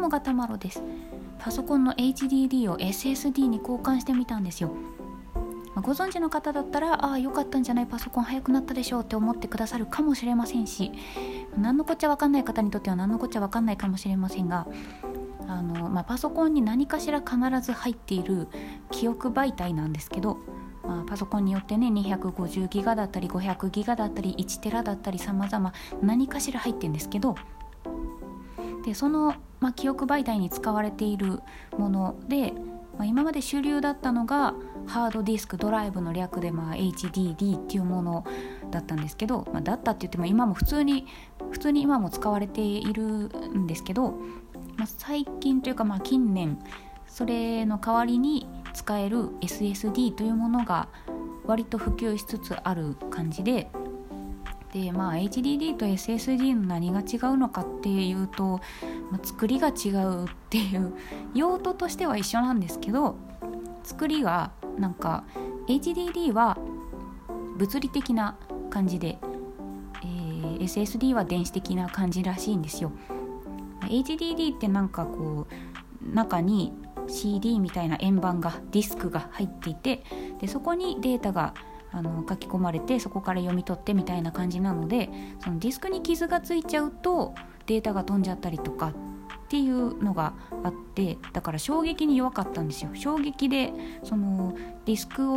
もガタマロです。パソコンの HDD を SSD に交換してみたんですよ。ご存知の方だったら良かったんじゃない、パソコン早くなったでしょうって思ってくださるかもしれませんし、何のこっちゃ分かんない方にとっては何のこっちゃ分かんないかもしれませんが、パソコンに何かしら必ず入っている記憶媒体なんですけど、パソコンによってね250ギガだったり500ギガだったり1テラだったり様々何かしら入ってるんですけど、でその、記憶媒体に使われているもので、今まで主流だったのがハードディスクドライブの略で、HDD っていうものだったんですけど、だったって言っても今も普通に今も使われているんですけど、最近というか近年それの代わりに使える SSD というものが割と普及しつつある感じで、HDD と SSD の何が違うのかっていうと、作りが違うっていう、用途としては一緒なんですけど、作りがなんか HDD は物理的な感じで、SSD は電子的な感じらしいんですよ。HDD ってなんかこう中に CD みたいな円盤がディスクが入っていて、でそこにデータが書き込まれて、そこから読み取ってみたいな感じなので、そのディスクに傷がついちゃうとデータが飛んじゃったりとかっていうのがあって、だから衝撃に弱かったんですよ。衝撃でそのディスク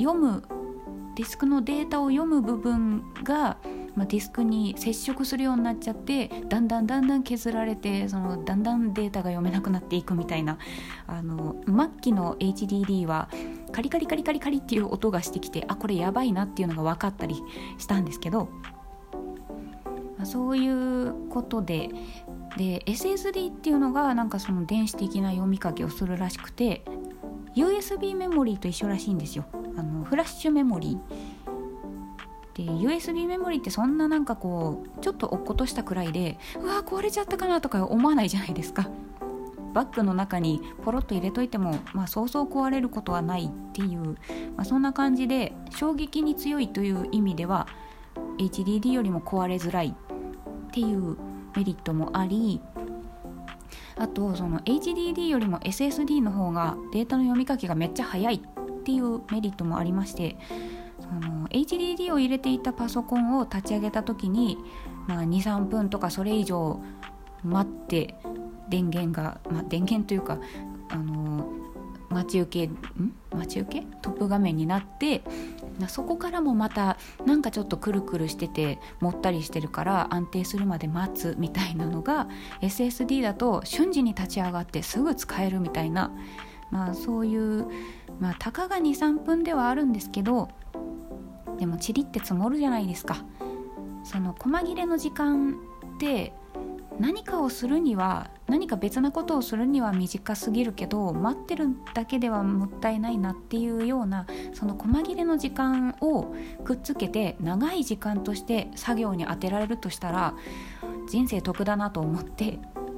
のデータを読む部分が、ディスクに接触するようになっちゃって、だんだん削られて、だんだんデータが読めなくなっていくみたいな、末期の HDD はカリカリカリカリカリっていう音がしてきて、これやばいなっていうのが分かったりしたんですけど、そういうことで SSD っていうのがなんかその電子的な読み書きをするらしくて、 USB メモリーと一緒らしいんですよ。フラッシュメモリーで、 USB メモリーってそんななんかこうちょっと落っことしたくらいで壊れちゃったかなとか思わないじゃないですか。バッグの中にポロッと入れといても、そうそう壊れることはないっていう、そんな感じで衝撃に強いという意味では HDD よりも壊れづらいっていうメリットもあり、あとその HDD よりも SSD の方がデータの読み書きがめっちゃ早いっていうメリットもありまして、HDD を入れていたパソコンを立ち上げた時に、2、3分とかそれ以上待って電源というか待ち受けトップ画面になって、そこからもまたなんかちょっとくるくるしててもったりしてるから安定するまで待つみたいなのが SSD だと瞬時に立ち上がってすぐ使えるみたいな、そういう、たかが 2,3 分ではあるんですけど、でも塵って積もるじゃないですか。その細切れの時間って何か別なことをするには短すぎるけど、待ってるだけではもったいないなっていうような、その細切れの時間をくっつけて長い時間として作業に当てられるとしたら人生得だなと思って、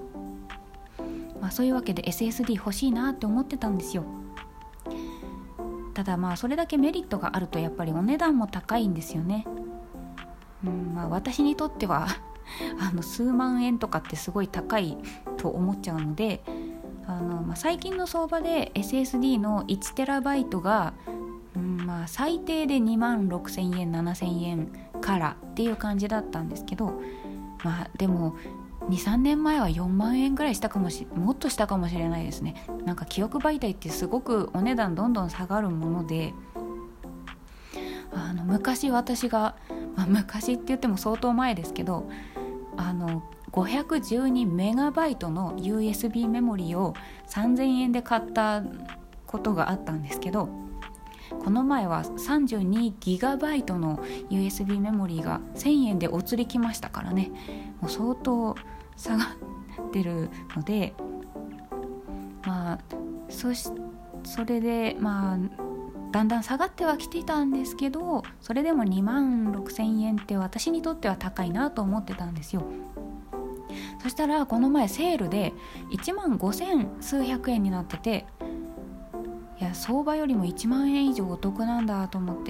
そういうわけで SSD 欲しいなって思ってたんですよ。ただそれだけメリットがあるとやっぱりお値段も高いんですよね。私にとっては数万円とかってすごい高いと思っちゃうので、最近の相場で SSD の 1TB が、最低で2万6,000円7,000円からっていう感じだったんですけど、でも 2,3 年前は4万円ぐらいもっとしたかもしれないですね。なんか記憶媒体ってすごくお値段どんどん下がるもので、昔私が、昔って言っても相当前ですけど、512メガバイトの USB メモリーを 3,000 円で買ったことがあったんですけど、この前は32ギガバイトの USB メモリーが 1,000 円でお釣りきましたからね。もう相当下がってるので、それでだんだん下がってはきていたんですけど、それでも2万6,000円って私にとっては高いなと思ってたんですよ。そしたらこの前セールで1万5,000数百円になってて、相場よりも1万円以上お得なんだと思って、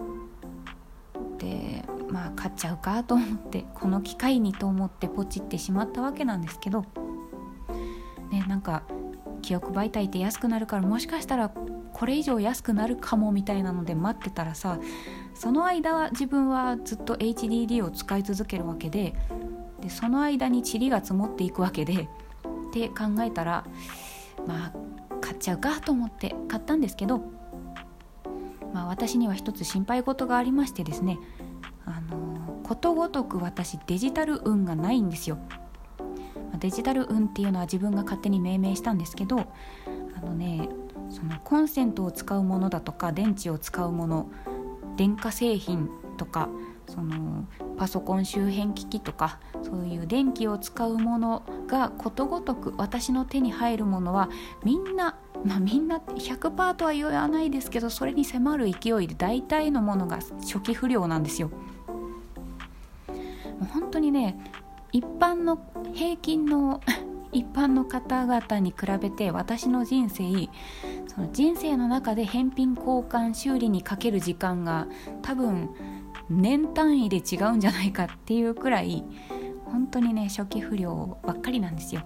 で買っちゃうかと思って、この機会にと思ってポチってしまったわけなんですけど、 なんか記憶媒体って安くなるから、もしかしたらこれ以上安くなるかもみたいなので待ってたらさ、その間自分はずっと HDD を使い続けるわけで、その間に塵が積もっていくわけでって考えたら、買っちゃうかと思って買ったんですけど、私には一つ心配事がありましてですね、ことごとく私デジタル運がないんですよ。デジタル運っていうのは自分が勝手に命名したんですけど、そのコンセントを使うものだとか電池を使うもの、電化製品とか、そのパソコン周辺機器とか、そういう電気を使うものがことごとく私の手に入るものはみんな100% とは言わないですけど、それに迫る勢いで大体のものが初期不良なんですよ。もう本当にね、平均の一般の方々に比べて私の人生の中で返品交換修理にかける時間が多分年単位で違うんじゃないかっていうくらい、本当にね初期不良ばっかりなんですよ。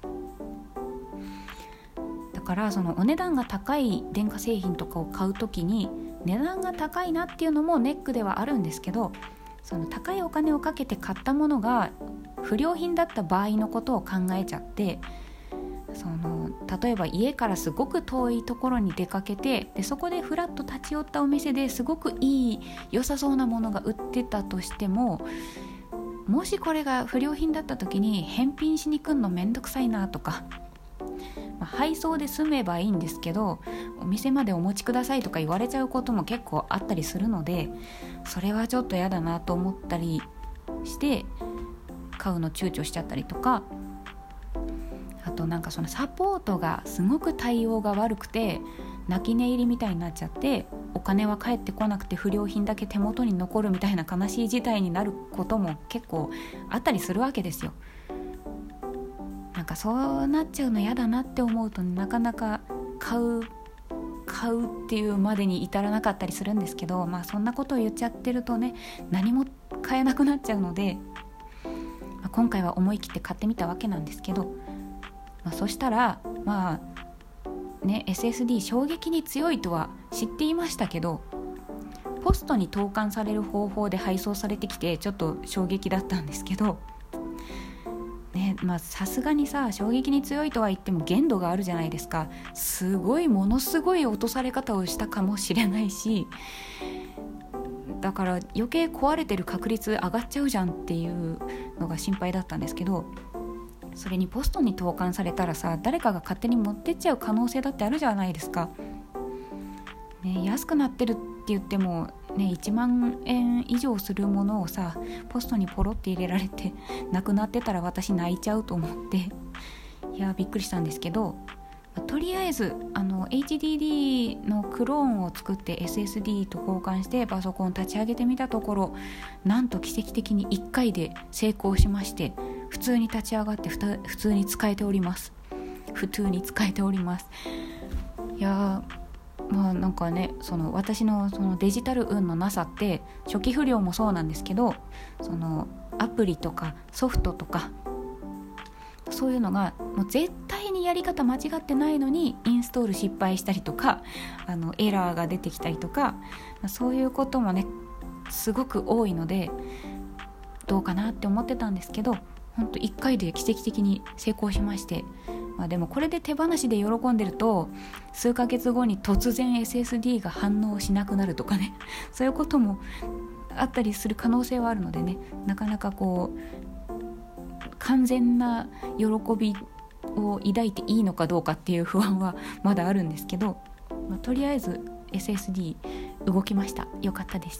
だからそのお値段が高い電化製品とかを買うときに、値段が高いなっていうのもネックではあるんですけど、その高いお金をかけて買ったものが不良品だった場合のことを考えちゃって、例えば家からすごく遠いところに出かけて、でそこでフラッと立ち寄ったお店ですごく良さそうなものが売ってたとしても、もしこれが不良品だった時に返品しに来んのめんどくさいなとか、配送で済めばいいんですけど、お店までお持ちくださいとか言われちゃうことも結構あったりするので、それはちょっとやだなと思ったりして買うの躊躇しちゃったりとか、あとそのサポートがすごく対応が悪くて泣き寝入りみたいになっちゃって、お金は返ってこなくて不良品だけ手元に残るみたいな悲しい事態になることも結構あったりするわけですよ。そうなっちゃうの嫌だなって思うと、なかなか買うっていうまでに至らなかったりするんですけど、そんなことを言っちゃってるとね、何も買えなくなっちゃうので、今回は思い切って買ってみたわけなんですけど、そしたらSSD 衝撃に強いとは知っていましたけど、ポストに投函される方法で配送されてきてちょっと衝撃だったんですけどさすがに衝撃に強いとは言っても限度があるじゃないですか。ものすごい落とされ方をしたかもしれないし、だから余計壊れてる確率上がっちゃうじゃんっていうのが心配だったんですけど、それにポストに投函されたら誰かが勝手に持ってっちゃう可能性だってあるじゃないですか、安くなってるって言っても1万円以上するものをポストにポロって入れられてなくなってたら私泣いちゃうと思って、びっくりしたんですけど、とりあえずHDD のクローンを作って SSD と交換してパソコンを立ち上げてみたところ、なんと奇跡的に1回で成功しまして、普通に立ち上がって普通に使えております。いやその私のそのデジタル運のなさって初期不良もそうなんですけど、そのアプリとかソフトとかそういうのがもう絶対にやり方間違ってないのにインストール失敗したりとか、エラーが出てきたりとか、そういうこともすごく多いのでどうかなって思ってたんですけど、本当1回で奇跡的に成功しまして、でもこれで手放しで喜んでると数ヶ月後に突然 SSD が反応しなくなるとかそういうこともあったりする可能性はあるのでなかなか完全な喜びを抱いていいのかどうかっていう不安はまだあるんですけど、とりあえず SSD 動きました。よかったです。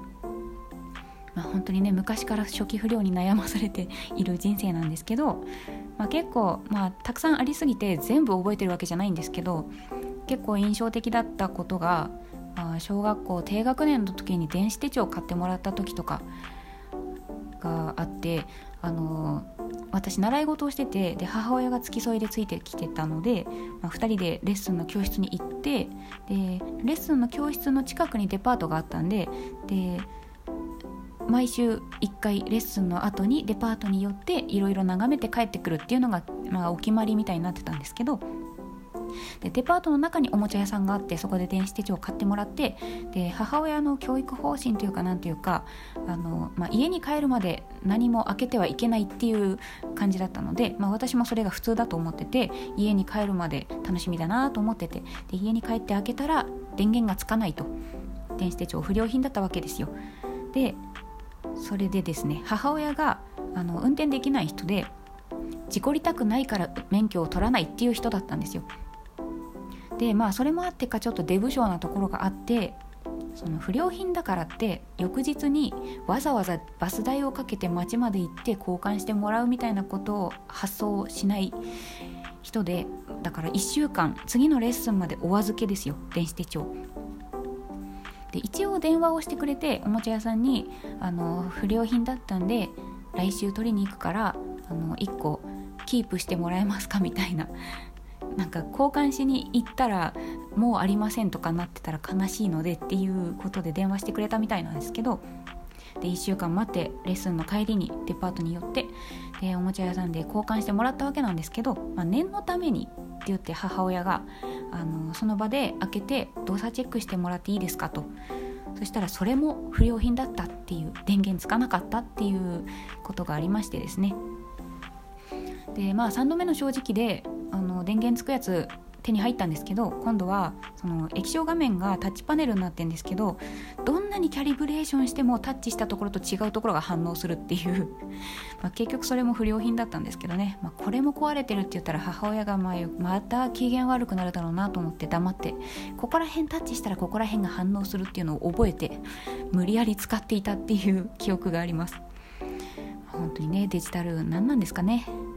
本当に昔から初期不良に悩まされている人生なんですけど、結構たくさんありすぎて全部覚えてるわけじゃないんですけど、結構印象的だったことが、小学校低学年の時に電子手帳を買ってもらった時とかがあって、私習い事をしてて、で母親が付き添いでついてきてたので、2人でレッスンの教室に行って、でレッスンの教室の近くにデパートがあったんで、 毎週1回レッスンの後にデパートに寄っていろいろ眺めて帰ってくるっていうのが、お決まりみたいになってたんですけど、でデパートの中におもちゃ屋さんがあって、そこで電子手帳を買ってもらって、で母親の教育方針というかなんていうか、家に帰るまで何も開けてはいけないっていう感じだったので、私もそれが普通だと思ってて、家に帰るまで楽しみだなと思ってて、で家に帰って開けたら電源がつかないと、電子手帳不良品だったわけですよ。でそれでですね、母親が運転できない人で、事故りたくないから免許を取らないっていう人だったんですよ。でそれもあってかちょっと出不精なところがあって、その不良品だからって翌日にわざわざバス代をかけて町まで行って交換してもらうみたいなことを発想しない人で、だから1週間次のレッスンまでお預けですよ、電子手帳で。一応電話をしてくれて、おもちゃ屋さんに不良品だったんで来週取りに行くから1個キープしてもらえますかみたいな、なんか交換しに行ったらもうありませんとかなってたら悲しいのでっていうことで電話してくれたみたいなんですけど、で1週間待ってレッスンの帰りにデパートに寄って、でおもちゃ屋さんで交換してもらったわけなんですけど、念のためにって言って母親がその場で開けて動作チェックしてもらっていいですかと。そしたらそれも不良品だったっていう、電源つかなかったっていうことがありましてですね。で3度目の正直で電源つくやつ手に入ったんですけど、今度はその液晶画面がタッチパネルになってるんですけど、どんなにキャリブレーションしてもタッチしたところと違うところが反応するっていう結局それも不良品だったんですけどね、これも壊れてるって言ったら母親がまた機嫌悪くなるだろうなと思って黙って、ここら辺タッチしたらここら辺が反応するっていうのを覚えて無理やり使っていたっていう記憶があります。本当にね、デジタル何なんですかね。